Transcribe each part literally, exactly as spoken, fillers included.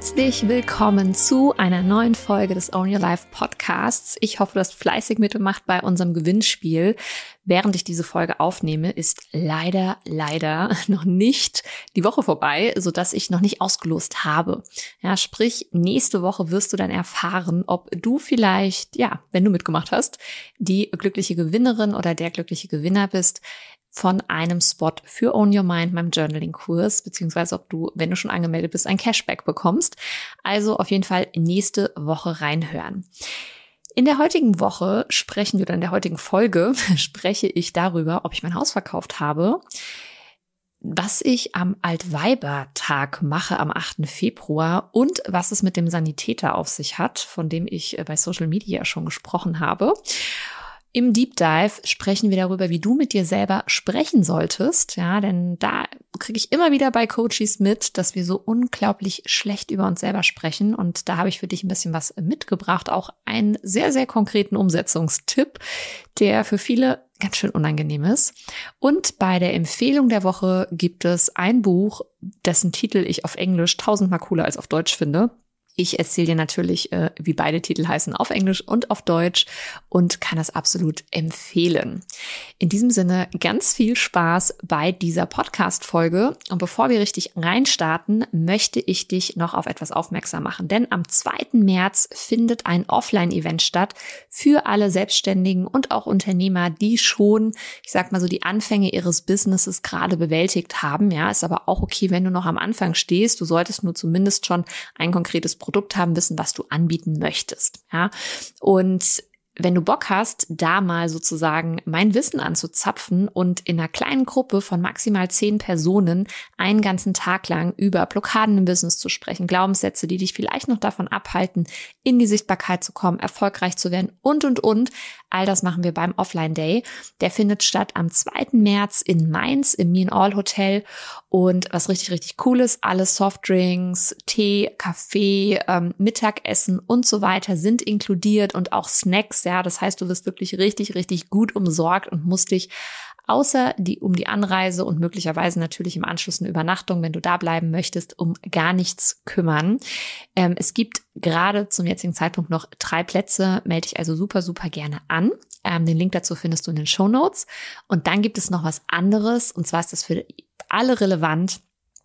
Herzlich willkommen zu einer neuen Folge des Own Your Life Podcasts. Ich hoffe, du hast fleißig mitgemacht bei unserem Gewinnspiel. Während ich diese Folge aufnehme, ist leider, leider noch nicht die Woche vorbei, sodass ich noch nicht ausgelost habe. Ja, sprich, nächste Woche wirst du dann erfahren, ob du vielleicht, ja, wenn du mitgemacht hast, die glückliche Gewinnerin oder der glückliche Gewinner bist von einem Spot für Own Your Mind, meinem Journaling-Kurs, beziehungsweise ob du, wenn du schon angemeldet bist, ein Cashback bekommst. Also auf jeden Fall nächste Woche reinhören. In der heutigen Woche sprechen wir, oder in der heutigen Folge spreche ich darüber, ob ich mein Haus verkauft habe, was ich am Altweibertag mache am achten Februar und was es mit dem Sanitäter auf sich hat, von dem ich bei Social Media schon gesprochen habe. Im Deep Dive sprechen wir darüber, wie du mit dir selber sprechen solltest, ja, denn da kriege ich immer wieder bei Coaches mit, dass wir so unglaublich schlecht über uns selber sprechen, und da habe ich für dich ein bisschen was mitgebracht, auch einen sehr, sehr konkreten Umsetzungstipp, der für viele ganz schön unangenehm ist. Und bei der Empfehlung der Woche gibt es ein Buch, dessen Titel ich auf Englisch tausendmal cooler als auf Deutsch finde. Ich erzähle dir natürlich, äh, wie beide Titel heißen, auf Englisch und auf Deutsch, und kann das absolut empfehlen. In diesem Sinne ganz viel Spaß bei dieser Podcast-Folge. Und bevor wir richtig reinstarten, möchte ich dich noch auf etwas aufmerksam machen. Denn am zweiten März findet ein Offline-Event statt für alle Selbstständigen und auch Unternehmer, die schon, ich sag mal so, die Anfänge ihres Businesses gerade bewältigt haben. Ja, ist aber auch okay, wenn du noch am Anfang stehst. Du solltest nur zumindest schon ein konkretes Produkt haben, wissen, was du anbieten möchtest. Ja, und wenn du Bock hast, da mal sozusagen mein Wissen anzuzapfen und in einer kleinen Gruppe von maximal zehn Personen einen ganzen Tag lang über Blockaden im Business zu sprechen, Glaubenssätze, die dich vielleicht noch davon abhalten, in die Sichtbarkeit zu kommen, erfolgreich zu werden und, und, und. All das machen wir beim Offline Day. Der findet statt am zweiten März in Mainz im Me and All Hotel. Und was richtig, richtig cool ist, alle Softdrinks, Tee, Kaffee, ähm, Mittagessen und so weiter sind inkludiert und auch Snacks. Ja, das heißt, du wirst wirklich richtig, richtig gut umsorgt und musst dich außer die um die Anreise und möglicherweise natürlich im Anschluss eine Übernachtung, wenn du da bleiben möchtest, um gar nichts kümmern. Ähm, es gibt gerade zum jetzigen Zeitpunkt noch drei Plätze, melde dich also super, super gerne an. Ähm, den Link dazu findest du in den Shownotes. Und dann gibt es noch was anderes, und zwar ist das für alle relevant,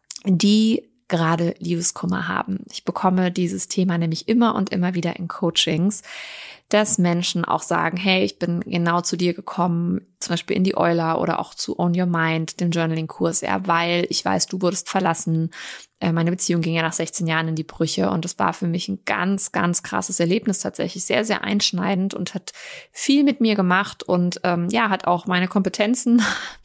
die gerade Liebeskummer haben. Ich bekomme dieses Thema nämlich immer und immer wieder in Coachings, dass Menschen auch sagen, hey, ich bin genau zu dir gekommen, zum Beispiel in die Euler oder auch zu Own Your Mind, dem Journaling-Kurs, ja, weil ich weiß, du wurdest verlassen. Äh, meine Beziehung ging ja nach sechzehn Jahren in die Brüche, und das war für mich ein ganz, ganz krasses Erlebnis, tatsächlich sehr, sehr einschneidend und hat viel mit mir gemacht und ähm, ja, hat auch meine Kompetenzen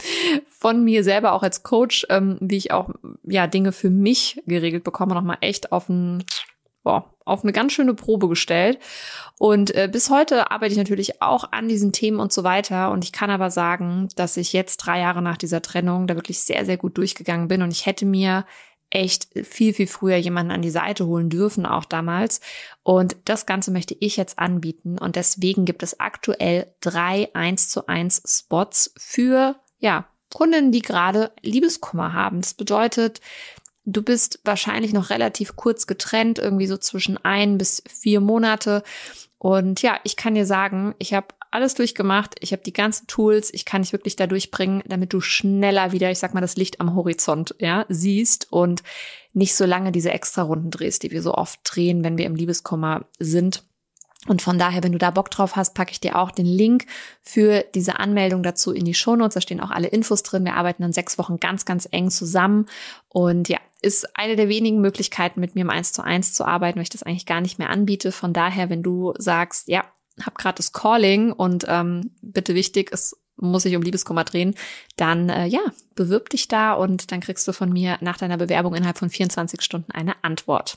von mir selber auch als Coach, ähm, wie ich auch ja Dinge für mich geregelt bekomme, nochmal echt auf ein Boah, auf eine ganz schöne Probe gestellt. Und äh, bis heute arbeite ich natürlich auch an diesen Themen und so weiter. Und ich kann aber sagen, dass ich jetzt drei Jahre nach dieser Trennung da wirklich sehr, sehr gut durchgegangen bin. Und ich hätte mir echt viel, viel früher jemanden an die Seite holen dürfen, auch damals. Und das Ganze möchte ich jetzt anbieten. Und deswegen gibt es aktuell drei eins zu eins Spots für, ja, Kunden, die gerade Liebeskummer haben. Das bedeutet, du bist wahrscheinlich noch relativ kurz getrennt, irgendwie so zwischen ein bis vier Monate. Und ja, ich kann dir sagen, ich habe alles durchgemacht. Ich habe die ganzen Tools. Ich kann dich wirklich da durchbringen, damit du schneller wieder, ich sag mal, das Licht am Horizont, ja, siehst und nicht so lange diese Extrarunden drehst, die wir so oft drehen, wenn wir im Liebeskummer sind. Und von daher, wenn du da Bock drauf hast, packe ich dir auch den Link für diese Anmeldung dazu in die Shownotes. Da stehen auch alle Infos drin. Wir arbeiten dann sechs Wochen ganz, ganz eng zusammen. Und ja, ist eine der wenigen Möglichkeiten, mit mir im eins zu eins zu arbeiten, weil ich das eigentlich gar nicht mehr anbiete. Von daher, wenn du sagst, ja, hab gerade das Calling und ähm, bitte wichtig, es muss sich um Liebeskummer drehen, dann äh, ja, bewirb dich da und dann kriegst du von mir nach deiner Bewerbung innerhalb von vierundzwanzig Stunden eine Antwort.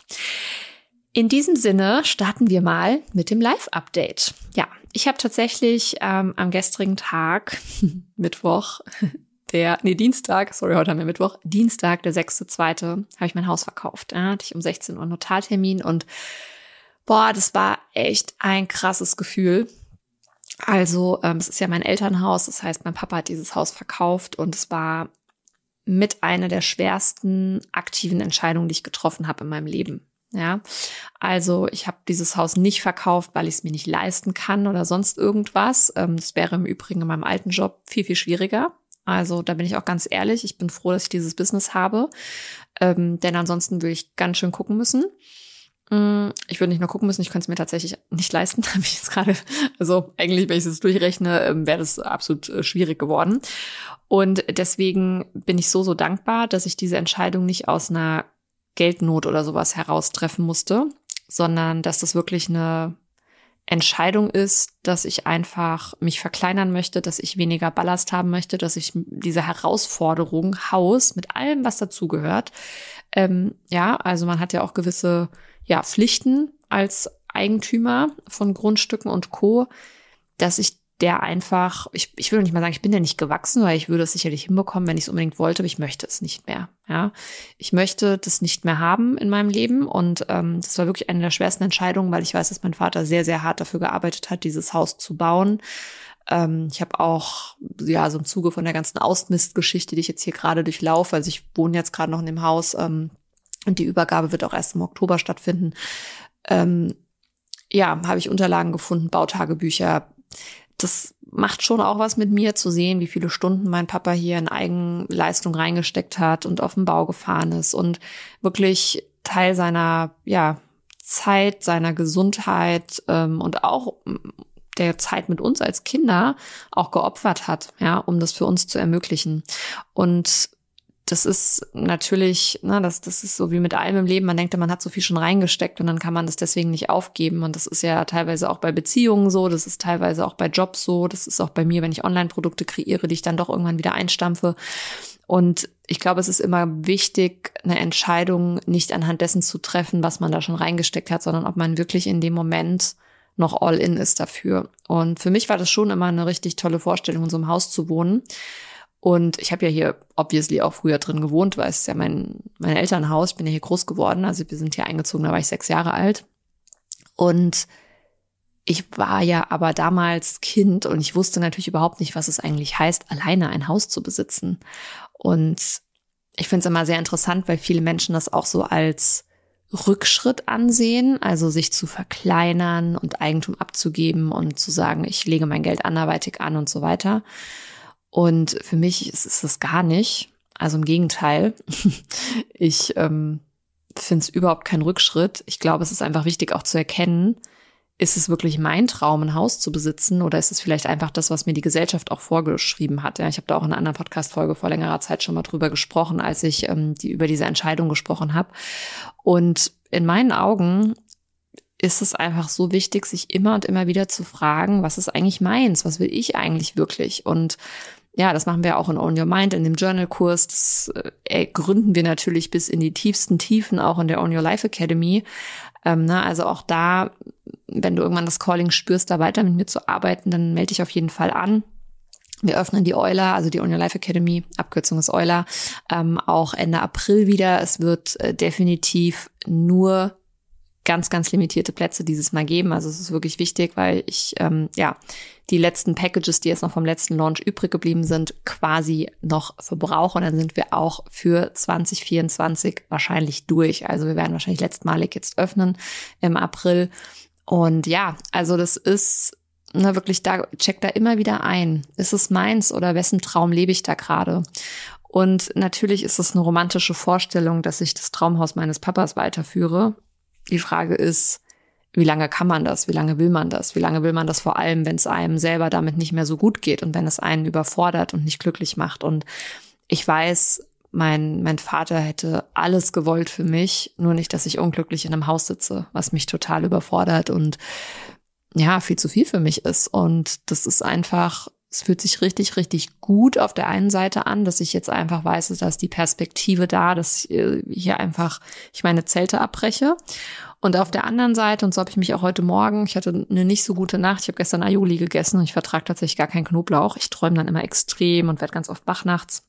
In diesem Sinne starten wir mal mit dem Live-Update. Ja, ich habe tatsächlich ähm, am gestrigen Tag, Mittwoch, der, nee, Dienstag, sorry, heute haben wir Mittwoch, Dienstag, der sechster zweite habe ich mein Haus verkauft. Ja, hatte ich um sechzehn Uhr Notartermin und boah, das war echt ein krasses Gefühl. Also, ähm, es ist ja mein Elternhaus, das heißt, mein Papa hat dieses Haus verkauft und es war mit einer der schwersten aktiven Entscheidungen, die ich getroffen habe in meinem Leben. Ja, also ich habe dieses Haus nicht verkauft, weil ich es mir nicht leisten kann oder sonst irgendwas. Ähm, das wäre im Übrigen in meinem alten Job viel, viel schwieriger. Also da bin ich auch ganz ehrlich. Ich bin froh, dass ich dieses Business habe, ähm, denn ansonsten würde ich ganz schön gucken müssen. Ich würde nicht nur gucken müssen, ich könnte es mir tatsächlich nicht leisten, habe ich jetzt gerade, also eigentlich, wenn ich es durchrechne, wäre das absolut schwierig geworden. Und deswegen bin ich so, so dankbar, dass ich diese Entscheidung nicht aus einer Geldnot oder sowas heraus treffen musste, sondern dass das wirklich eine Entscheidung ist, dass ich einfach mich verkleinern möchte, dass ich weniger Ballast haben möchte, dass ich diese Herausforderung Haus mit allem, was dazugehört, ähm, ja, also man hat ja auch gewisse ja, Pflichten als Eigentümer von Grundstücken und Co., dass ich der einfach, ich, ich würde nicht mal sagen, ich bin ja nicht gewachsen, weil ich würde es sicherlich hinbekommen, wenn ich es unbedingt wollte, aber ich möchte es nicht mehr. Ja, ich möchte das nicht mehr haben in meinem Leben und ähm, das war wirklich eine der schwersten Entscheidungen, weil ich weiß, dass mein Vater sehr, sehr hart dafür gearbeitet hat, dieses Haus zu bauen. Ähm, ich habe auch, ja, so im Zuge von der ganzen Ausmistgeschichte, die ich jetzt hier gerade durchlaufe, also ich wohne jetzt gerade noch in dem Haus, ähm, und die Übergabe wird auch erst im Oktober stattfinden. Ähm, ja, habe ich Unterlagen gefunden, Bautagebücher. Das macht schon auch was mit mir zu sehen, wie viele Stunden mein Papa hier in Eigenleistung reingesteckt hat und auf den Bau gefahren ist und wirklich Teil seiner ja Zeit, seiner Gesundheit ähm, und auch der Zeit mit uns als Kinder auch geopfert hat, ja, um das für uns zu ermöglichen. Und das ist natürlich, ne, das, das ist so wie mit allem im Leben. Man denkt, man hat so viel schon reingesteckt und dann kann man das deswegen nicht aufgeben. Und das ist ja teilweise auch bei Beziehungen so, das ist teilweise auch bei Jobs so, das ist auch bei mir, wenn ich Online-Produkte kreiere, die ich dann doch irgendwann wieder einstampfe. Und ich glaube, es ist immer wichtig, eine Entscheidung nicht anhand dessen zu treffen, was man da schon reingesteckt hat, sondern ob man wirklich in dem Moment noch all in ist dafür. Und für mich war das schon immer eine richtig tolle Vorstellung, in so einem Haus zu wohnen. Und ich habe ja hier obviously auch früher drin gewohnt, weil es ist ja mein, mein Elternhaus. Ich bin ja hier groß geworden. Also wir sind hier eingezogen, da war ich sechs Jahre alt. Und ich war ja aber damals Kind und ich wusste natürlich überhaupt nicht, was es eigentlich heißt, alleine ein Haus zu besitzen. Und ich finde es immer sehr interessant, weil viele Menschen das auch so als Rückschritt ansehen, also sich zu verkleinern und Eigentum abzugeben und zu sagen, ich lege mein Geld anderweitig an und so weiter. Und für mich ist es das gar nicht. Also im Gegenteil. Ich ähm, finde es überhaupt kein Rückschritt. Ich glaube, es ist einfach wichtig auch zu erkennen, ist es wirklich mein Traum, ein Haus zu besitzen oder ist es vielleicht einfach das, was mir die Gesellschaft auch vorgeschrieben hat? Ja, ich habe da auch in einer anderen Podcast-Folge vor längerer Zeit schon mal drüber gesprochen, als ich ähm, die über diese Entscheidung gesprochen habe. Und in meinen Augen ist es einfach so wichtig, sich immer und immer wieder zu fragen, was ist eigentlich meins? Was will ich eigentlich wirklich? Und ja, das machen wir auch in Own Your Mind, in dem Journal-Kurs. Das äh, gründen wir natürlich bis in die tiefsten Tiefen, auch in der Own Your Life Academy. Ähm, na, also auch da, wenn du irgendwann das Calling spürst, da weiter mit mir zu arbeiten, dann melde dich auf jeden Fall an. Wir öffnen die Euler, also die Own Your Life Academy, Abkürzung ist Euler, ähm, auch Ende April wieder. Es wird äh, definitiv nur ganz, ganz limitierte Plätze dieses Mal geben. Also es ist wirklich wichtig, weil ich ähm, ja die letzten Packages, die jetzt noch vom letzten Launch übrig geblieben sind, quasi noch verbrauche. Und dann sind wir auch für zwanzig vierundzwanzig wahrscheinlich durch. Also wir werden wahrscheinlich letztmalig jetzt öffnen im April. Und ja, also das ist ne, wirklich da, check da immer wieder ein. Ist es meins oder wessen Traum lebe ich da gerade? Und natürlich ist es eine romantische Vorstellung, dass ich das Traumhaus meines Papas weiterführe. Die Frage ist, wie lange kann man das? Wie lange will man das? Wie lange will man das vor allem, wenn es einem selber damit nicht mehr so gut geht und wenn es einen überfordert und nicht glücklich macht? Und ich weiß, mein, mein Vater hätte alles gewollt für mich, nur nicht, dass ich unglücklich in einem Haus sitze, was mich total überfordert und ja, viel zu viel für mich ist. Und das ist einfach, es fühlt sich richtig, richtig gut auf der einen Seite an, dass ich jetzt einfach weiß, dass da ist die Perspektive da, dass ich hier einfach ich meine Zelte abbreche. Und auf der anderen Seite, und so habe ich mich auch heute Morgen, ich hatte eine nicht so gute Nacht, ich habe gestern Aioli gegessen und ich vertrage tatsächlich gar keinen Knoblauch. Ich träume dann immer extrem und werde ganz oft wach nachts.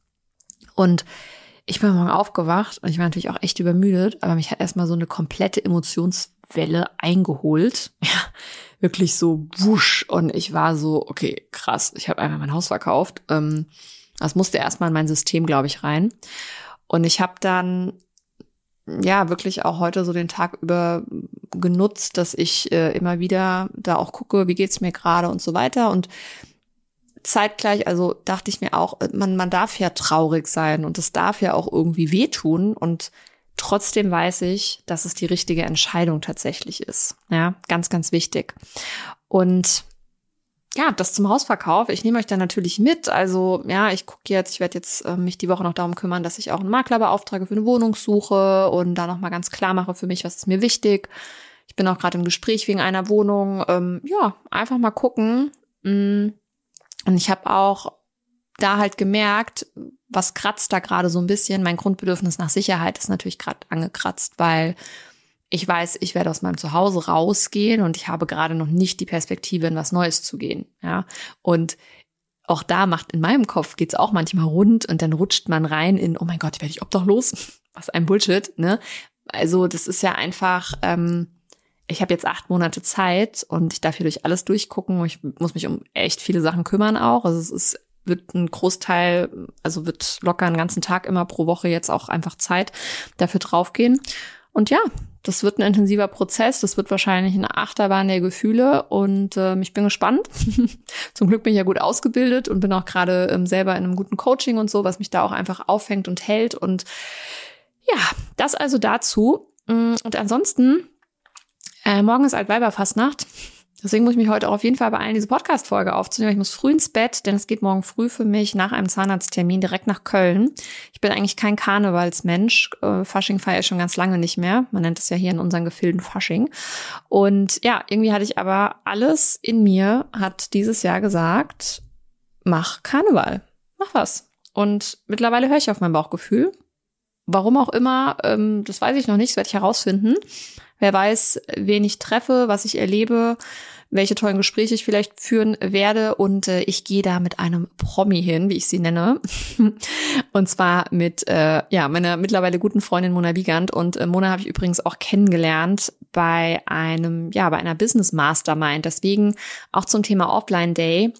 Und ich bin morgen aufgewacht und ich war natürlich auch echt übermüdet, aber mich hat erstmal so eine komplette Emotionswelle eingeholt. Ja, wirklich so wusch. Und ich war so, okay, krass, ich habe einfach mein Haus verkauft. Ähm, das musste erstmal in mein System, glaube ich, rein. Und ich habe dann ja wirklich auch heute so den Tag über genutzt, dass ich äh, immer wieder da auch gucke, wie geht's mir gerade und so weiter. Und zeitgleich, also dachte ich mir auch, man, man darf ja traurig sein und es darf ja auch irgendwie wehtun. Und trotzdem weiß ich, dass es die richtige Entscheidung tatsächlich ist. Ja, ganz, ganz wichtig. Und ja, das zum Hausverkauf. Ich nehme euch da natürlich mit. Also ja, ich gucke jetzt, ich werde jetzt äh, mich die Woche noch darum kümmern, dass ich auch einen Makler beauftrage für eine Wohnungssuche und da nochmal ganz klar mache für mich, was ist mir wichtig. Ich bin auch gerade im Gespräch wegen einer Wohnung. Ähm, ja, einfach mal gucken. Und ich habe auch da halt gemerkt, was kratzt da gerade so ein bisschen. Mein Grundbedürfnis nach Sicherheit ist natürlich gerade angekratzt, weil ich weiß, ich werde aus meinem Zuhause rausgehen und ich habe gerade noch nicht die Perspektive, in was Neues zu gehen. Ja, und auch da macht in meinem Kopf geht's auch manchmal rund und dann rutscht man rein in, oh mein Gott, werde ich obdachlos? Was ein Bullshit, ne? Also das ist ja einfach, ähm, ich habe jetzt acht Monate Zeit und ich darf hier durch alles durchgucken. Ich muss mich um echt viele Sachen kümmern auch. Also es ist, wird ein Großteil, also wird locker einen ganzen Tag immer pro Woche jetzt auch einfach Zeit dafür draufgehen. Und ja, das wird ein intensiver Prozess. Das wird wahrscheinlich eine Achterbahn der Gefühle und äh, ich bin gespannt. Zum Glück bin ich ja gut ausgebildet und bin auch gerade ähm, selber in einem guten Coaching und so, was mich da auch einfach auffängt und hält. Und ja, das also dazu. Und ansonsten, äh, morgen ist Altweiberfastnacht. Deswegen muss ich mich heute auch auf jeden Fall beeilen, diese Podcast-Folge aufzunehmen. Ich muss früh ins Bett, denn es geht morgen früh für mich nach einem Zahnarzttermin direkt nach Köln. Ich bin eigentlich kein Karnevalsmensch. Äh, Fasching feiere ich schon ganz lange nicht mehr. Man nennt es ja hier in unseren Gefilden Fasching. Und ja, irgendwie hatte ich aber alles in mir, hat dieses Jahr gesagt, mach Karneval, mach was. Und mittlerweile höre ich auf mein Bauchgefühl. Warum auch immer, ähm, das weiß ich noch nicht, das werde ich herausfinden. Wer weiß, wen ich treffe, was ich erlebe, welche tollen Gespräche ich vielleicht führen werde. Und äh, ich gehe da mit einem Promi hin, wie ich sie nenne. Und zwar mit äh, ja meiner mittlerweile guten Freundin Mona Wiegand. Und äh, Mona habe ich übrigens auch kennengelernt bei einem ja bei einer Business Mastermind. Deswegen auch zum Thema Offline Day.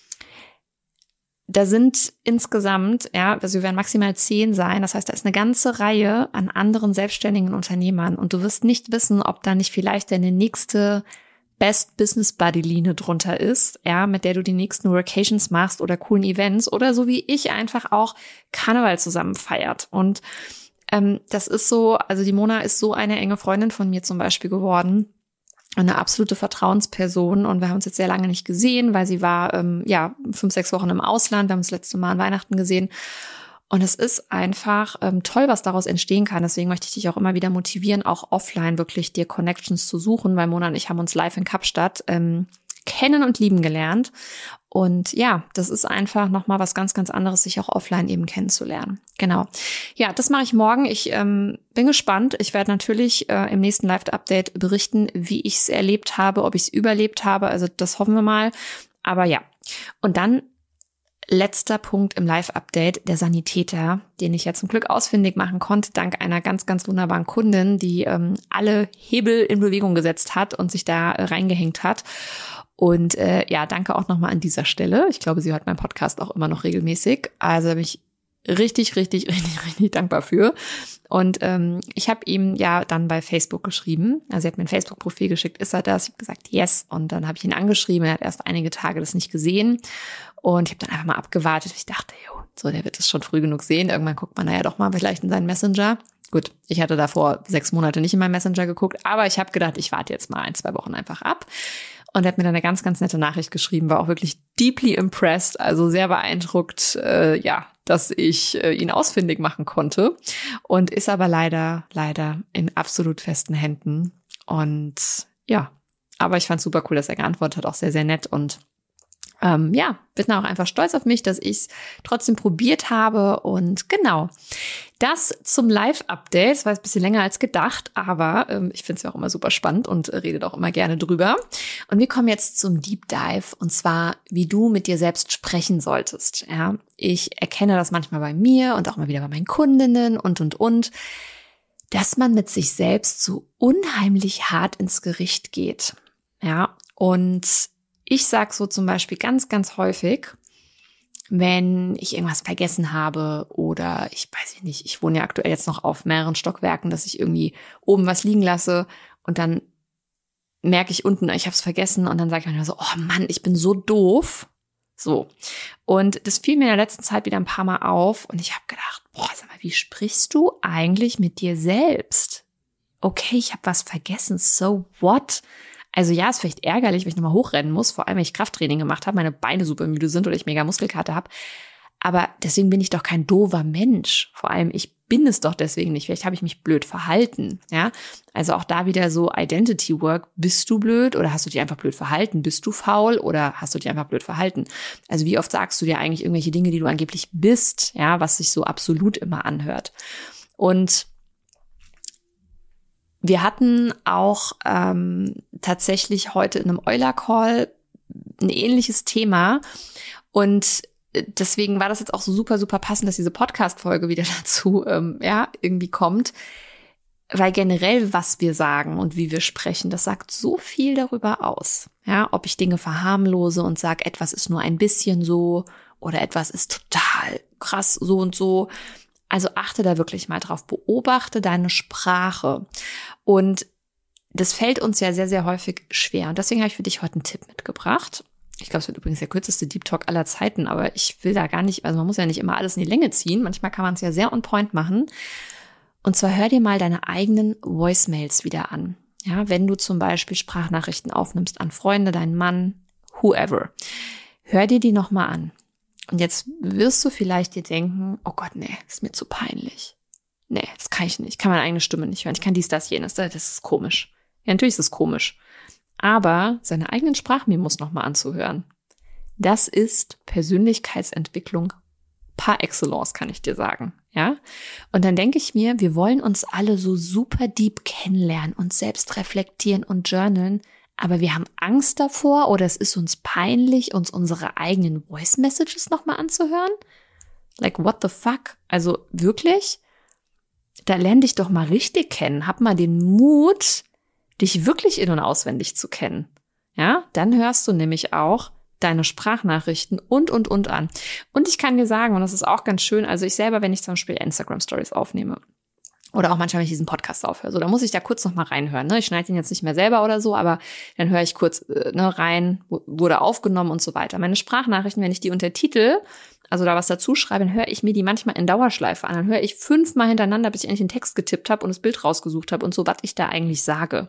Da sind insgesamt, ja, also wir werden maximal zehn sein. Das heißt, da ist eine ganze Reihe an anderen selbstständigen Unternehmern. Und du wirst nicht wissen, ob da nicht vielleicht deine nächste Best Business Buddy-Line drunter ist, ja, mit der du die nächsten Workations machst oder coolen Events oder so wie ich einfach auch Karneval zusammen feiert. Und ähm, das ist so, also die Mona ist so eine enge Freundin von mir zum Beispiel geworden. Eine absolute Vertrauensperson und wir haben uns jetzt sehr lange nicht gesehen, weil sie war ähm, ja fünf, sechs Wochen im Ausland. Wir haben uns das letzte Mal an Weihnachten gesehen und es ist einfach ähm, toll, was daraus entstehen kann. Deswegen möchte ich dich auch immer wieder motivieren, auch offline wirklich dir Connections zu suchen, weil Mona und ich haben uns live in Kapstadt ähm, kennen und lieben gelernt. Und ja, das ist einfach nochmal was ganz, ganz anderes, sich auch offline eben kennenzulernen. Genau. Ja, das mache ich morgen. Ich ähm, bin gespannt. Ich werde natürlich äh, im nächsten Live-Update berichten, wie ich es erlebt habe, ob ich es überlebt habe. Also das hoffen wir mal. Aber ja. Und dann letzter Punkt im Live-Update, der Sanitäter, den ich ja zum Glück ausfindig machen konnte, dank einer ganz, ganz wunderbaren Kundin, die ähm, alle Hebel in Bewegung gesetzt hat und sich da äh, reingehängt hat. Und äh, ja, danke auch nochmal an dieser Stelle. Ich glaube, sie hört meinen Podcast auch immer noch regelmäßig. Also bin ich richtig, richtig, richtig, richtig dankbar für. Und ähm, ich habe ihm ja dann bei Facebook geschrieben. Also er hat mir ein Facebook-Profil geschickt, ist er das? Ich habe gesagt, yes. Und dann habe ich ihn angeschrieben. Er hat erst einige Tage das nicht gesehen. Und ich habe dann einfach mal abgewartet. Ich dachte, jo, so, der wird es schon früh genug sehen. Irgendwann guckt man da ja doch mal vielleicht in seinen Messenger. Gut, ich hatte davor sechs Monate nicht in meinen Messenger geguckt. Aber ich habe gedacht, ich warte jetzt mal ein, zwei Wochen einfach ab. Und er hat mir dann eine ganz, ganz nette Nachricht geschrieben, war auch wirklich deeply impressed, also sehr beeindruckt, äh, ja, dass ich äh, ihn ausfindig machen konnte und ist aber leider, leider in absolut festen Händen. Und ja, aber ich fand es super cool, dass er geantwortet hat, auch sehr, sehr nett und Ähm, ja, bin auch einfach stolz auf mich, dass ich es trotzdem probiert habe. Und genau, das zum Live-Update. Das war jetzt ein bisschen länger als gedacht, aber ähm, ich finde es ja auch immer super spannend und äh, rede auch immer gerne drüber. Und wir kommen jetzt zum Deep Dive und zwar, wie du mit dir selbst sprechen solltest. Ja, ich erkenne das manchmal bei mir und auch mal wieder bei meinen Kundinnen und, und, und, dass man mit sich selbst so unheimlich hart ins Gericht geht. Ja, und ich sage so zum Beispiel ganz, ganz häufig, wenn ich irgendwas vergessen habe oder ich weiß nicht, ich wohne ja aktuell jetzt noch auf mehreren Stockwerken, dass ich irgendwie oben was liegen lasse und dann merke ich unten, ich habe es vergessen und dann sage ich manchmal so, oh Mann, ich bin so doof. So. Und das fiel mir in der letzten Zeit wieder ein paar Mal auf und ich habe gedacht, boah, sag mal, wie sprichst du eigentlich mit dir selbst? Okay, ich habe was vergessen, so what? Also ja, ist vielleicht ärgerlich, wenn ich nochmal hochrennen muss, vor allem, wenn ich Krafttraining gemacht habe, meine Beine super müde sind oder ich mega Muskelkater habe. Aber deswegen bin ich doch kein doofer Mensch. Vor allem, ich bin es doch deswegen nicht. Vielleicht habe ich mich blöd verhalten. Ja, also auch da wieder so Identity Work. Bist du blöd oder hast du dich einfach blöd verhalten? Bist du faul oder hast du dich einfach blöd verhalten? Also wie oft sagst du dir eigentlich irgendwelche Dinge, die du angeblich bist? Ja, was sich so absolut immer anhört. Und wir hatten auch ähm, tatsächlich heute in einem Euler-Call ein ähnliches Thema und deswegen war das jetzt auch so super, super passend, dass diese Podcast-Folge wieder dazu ähm, ja irgendwie kommt, weil generell, was wir sagen und wie wir sprechen, das sagt so viel darüber aus. Ja, ob ich Dinge verharmlose und sage, etwas ist nur ein bisschen so oder etwas ist total krass so und so. Also achte da wirklich mal drauf, beobachte deine Sprache. Und das fällt uns ja sehr, sehr häufig schwer. Und deswegen habe ich für dich heute einen Tipp mitgebracht. Ich glaube, es wird übrigens der kürzeste Deep Talk aller Zeiten, aber ich will da gar nicht, also man muss ja nicht immer alles in die Länge ziehen. Manchmal kann man es ja sehr on point machen. Und zwar hör dir mal deine eigenen Voicemails wieder an. Ja, wenn du zum Beispiel Sprachnachrichten aufnimmst an Freunde, deinen Mann, whoever. Hör dir die nochmal an. Und jetzt wirst du vielleicht dir denken, oh Gott, nee, das ist mir zu peinlich. Nee, das kann ich nicht. Ich kann meine eigene Stimme nicht hören. Ich kann dies, das, jenes. Das ist komisch. Ja, natürlich ist es komisch. Aber seine eigenen Sprachmemos nochmal anzuhören, das ist Persönlichkeitsentwicklung par excellence, kann ich dir sagen. Ja? Und dann denke ich mir, wir wollen uns alle so super deep kennenlernen und selbst reflektieren und journalen. Aber wir haben Angst davor oder es ist uns peinlich, uns unsere eigenen Voice Messages nochmal anzuhören. Like, what the fuck? Also wirklich? Da lern dich doch mal richtig kennen. Hab mal den Mut, dich wirklich in- und auswendig zu kennen. Ja, dann hörst du nämlich auch deine Sprachnachrichten und, und, und an. Und ich kann dir sagen, und das ist auch ganz schön, also ich selber, wenn ich zum Beispiel Instagram-Stories aufnehme, oder auch manchmal, wenn ich diesen Podcast aufhöre. So, da muss ich da kurz noch mal reinhören. Ne? Ich schneide ihn jetzt nicht mehr selber oder so, aber dann höre ich kurz äh, ne, rein, wurde aufgenommen und so weiter. Meine Sprachnachrichten, wenn ich die untertitel, also da was dazu schreibe, dann höre ich mir die manchmal in Dauerschleife an. Dann höre ich fünfmal hintereinander, bis ich endlich den Text getippt habe und das Bild rausgesucht habe und so, was ich da eigentlich sage.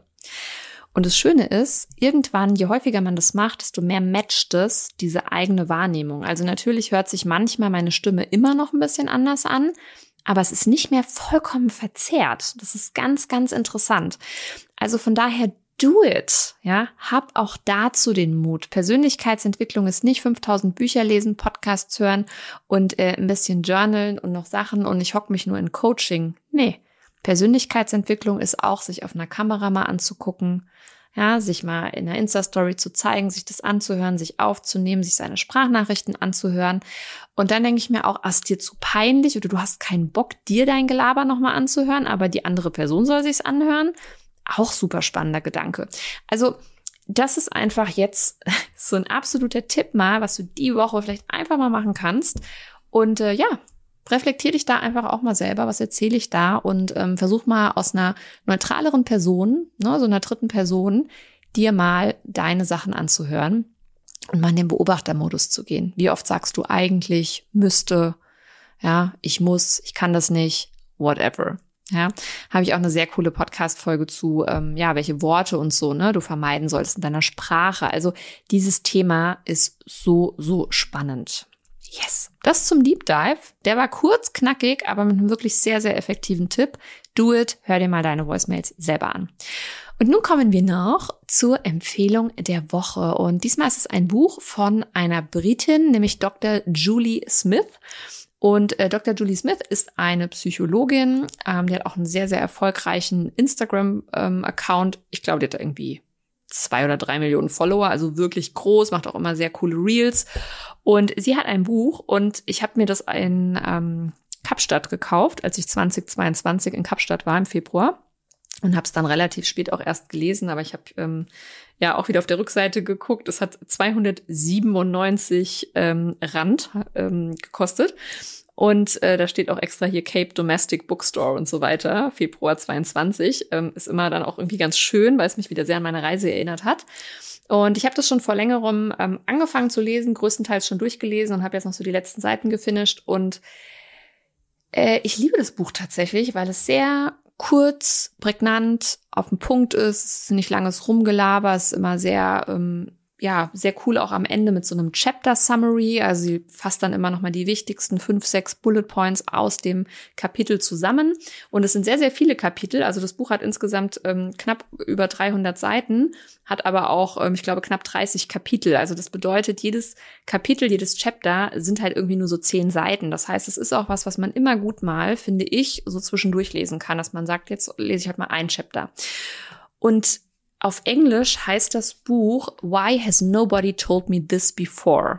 Und das Schöne ist, irgendwann, je häufiger man das macht, desto mehr matcht es diese eigene Wahrnehmung. Also natürlich hört sich manchmal meine Stimme immer noch ein bisschen anders an, aber es ist nicht mehr vollkommen verzerrt. Das ist ganz, ganz interessant. Also von daher, do it. Ja, hab auch dazu den Mut. Persönlichkeitsentwicklung ist nicht fünftausend Bücher lesen, Podcasts hören und äh, ein bisschen journalen und noch Sachen und ich hocke mich nur in Coaching. Nee, Persönlichkeitsentwicklung ist auch, sich auf einer Kamera mal anzugucken, ja, sich mal in einer Insta-Story zu zeigen, sich das anzuhören, sich aufzunehmen, sich seine Sprachnachrichten anzuhören. Und dann denke ich mir auch, ist dir zu peinlich oder du hast keinen Bock, dir dein Gelaber nochmal anzuhören, aber die andere Person soll sich's anhören. Auch super spannender Gedanke. Also das ist einfach jetzt so ein absoluter Tipp mal, was du die Woche vielleicht einfach mal machen kannst. Und äh, ja, reflektier dich da einfach auch mal selber, was erzähle ich da und ähm, versuch mal aus einer neutraleren Person, ne, so einer dritten Person, dir mal deine Sachen anzuhören und mal in den Beobachtermodus zu gehen. Wie oft sagst du eigentlich, müsste, ja, ich muss, ich kann das nicht, whatever. Ja, habe ich auch eine sehr coole Podcast-Folge zu, ähm, ja, welche Worte und so, ne, du vermeiden sollst in deiner Sprache. Also dieses Thema ist so, so spannend. Yes. Das zum Deep Dive. Der war kurz, knackig, aber mit einem wirklich sehr, sehr effektiven Tipp. Do it. Hör dir mal deine Voicemails selber an. Und nun kommen wir noch zur Empfehlung der Woche. Und diesmal ist es ein Buch von einer Britin, nämlich Doktor Julie Smith. Und äh, Doktor Julie Smith ist eine Psychologin. Ähm, die hat auch einen sehr, sehr erfolgreichen Instagram-Account. Ähm, ich glaube, die hat da irgendwie zwei oder drei Millionen Follower, also wirklich groß, macht auch immer sehr coole Reels. Und sie hat ein Buch und ich habe mir das in ähm, Kapstadt gekauft, als ich zwanzig zweiundzwanzig in Kapstadt war im Februar. und habe es dann relativ spät auch erst gelesen, aber ich habe ähm, ja auch wieder auf der Rückseite geguckt. Es hat zweihundertsiebenundneunzig ähm, Rand ähm, gekostet. Und äh, da steht auch extra hier Cape Domestic Bookstore und so weiter, Februar zweiundzwanzig. Ähm, ist immer dann auch irgendwie ganz schön, weil es mich wieder sehr an meine Reise erinnert hat. Und ich habe das schon vor längerem ähm, angefangen zu lesen, größtenteils schon durchgelesen und habe jetzt noch so die letzten Seiten gefinisht. Und äh, ich liebe das Buch tatsächlich, weil es sehr kurz, prägnant, auf den Punkt ist. Es ist nicht langes Rumgelaber, es ist immer sehr... Ähm, ja, sehr cool auch am Ende mit so einem Chapter-Summary. Also sie fasst dann immer noch mal die wichtigsten fünf, sechs Bullet Points aus dem Kapitel zusammen. Und es sind sehr, sehr viele Kapitel. Also das Buch hat insgesamt ähm, knapp über dreihundert Seiten, hat aber auch, ähm, ich glaube, knapp dreißig Kapitel. Also das bedeutet, jedes Kapitel, jedes Chapter sind halt irgendwie nur so zehn Seiten. Das heißt, es ist auch was, was man immer gut mal, finde ich, so zwischendurch lesen kann, dass man sagt, jetzt lese ich halt mal ein Chapter. Und auf Englisch heißt das Buch Why Has Nobody Told Me This Before?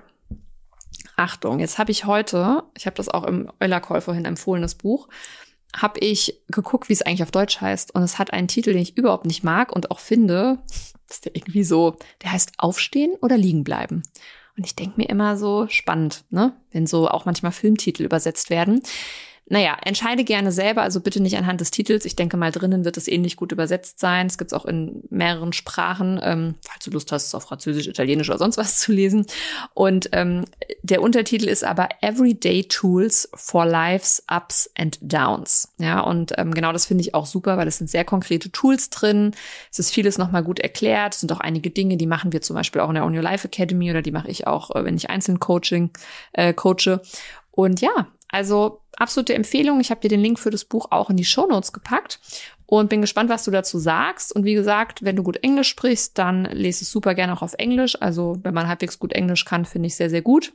Achtung, jetzt habe ich heute, ich habe das auch im Euler-Call vorhin empfohlen, das Buch, habe ich geguckt, wie es eigentlich auf Deutsch heißt. Und es hat einen Titel, den ich überhaupt nicht mag und auch finde, dass der irgendwie so, der heißt Aufstehen oder Liegen bleiben. Und ich denke mir immer so, spannend, ne? Wenn so auch manchmal Filmtitel übersetzt werden. Naja, entscheide gerne selber, also bitte nicht anhand des Titels. Ich denke mal, drinnen wird es ähnlich gut übersetzt sein. Es gibt es auch in mehreren Sprachen, ähm, falls du Lust hast, es auf Französisch, Italienisch oder sonst was zu lesen. Und ähm, der Untertitel ist aber Everyday Tools for Life's Ups and Downs. Ja, und ähm, genau das finde ich auch super, weil es sind sehr konkrete Tools drin. Es ist vieles nochmal gut erklärt. Es sind auch einige Dinge, die machen wir zum Beispiel auch in der Own Your Life Academy oder die mache ich auch, wenn ich einzeln Coaching äh, coache. Und ja, also absolute Empfehlung. Ich habe dir den Link für das Buch auch in die Shownotes gepackt und bin gespannt, was du dazu sagst. Und wie gesagt, wenn du gut Englisch sprichst, dann lese es super gerne auch auf Englisch. Also wenn man halbwegs gut Englisch kann, finde ich sehr, sehr gut.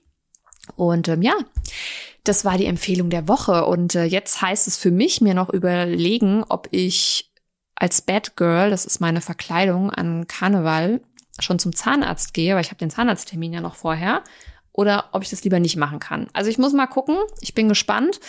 Und ähm, ja, das war die Empfehlung der Woche. Und äh, jetzt heißt es für mich, mir noch überlegen, ob ich als Bad Girl, das ist meine Verkleidung an Karneval, schon zum Zahnarzt gehe, weil ich habe den Zahnarzttermin ja noch vorher. Oder ob ich das lieber nicht machen kann. Also ich muss mal gucken. Ich bin gespannt.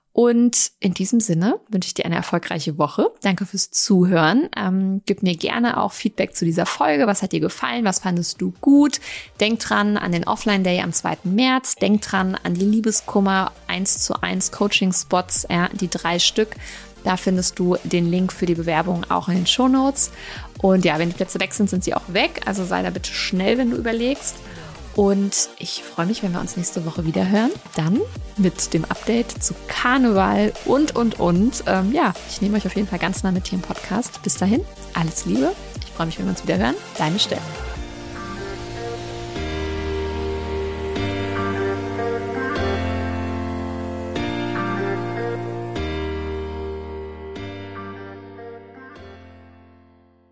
Und in diesem Sinne wünsche ich dir eine erfolgreiche Woche. Danke fürs Zuhören. Ähm, gib mir gerne auch Feedback zu dieser Folge. Was hat dir gefallen? Was fandest du gut? Denk dran an den Offline-Day am zweiten März. Denk dran an die Liebeskummer eins zu eins Coaching-Spots, ja, die drei Stück. Da findest du den Link für die Bewerbung auch in den Shownotes. Und ja, wenn die Plätze weg sind, sind sie auch weg. Also sei da bitte schnell, wenn du überlegst. Und ich freue mich, wenn wir uns nächste Woche wieder hören. Dann mit dem Update zu Karneval und, und, und. Ähm, ja, ich nehme euch auf jeden Fall ganz nah mit hier im Podcast. Bis dahin, alles Liebe. Ich freue mich, wenn wir uns wieder hören. Deine Steffi.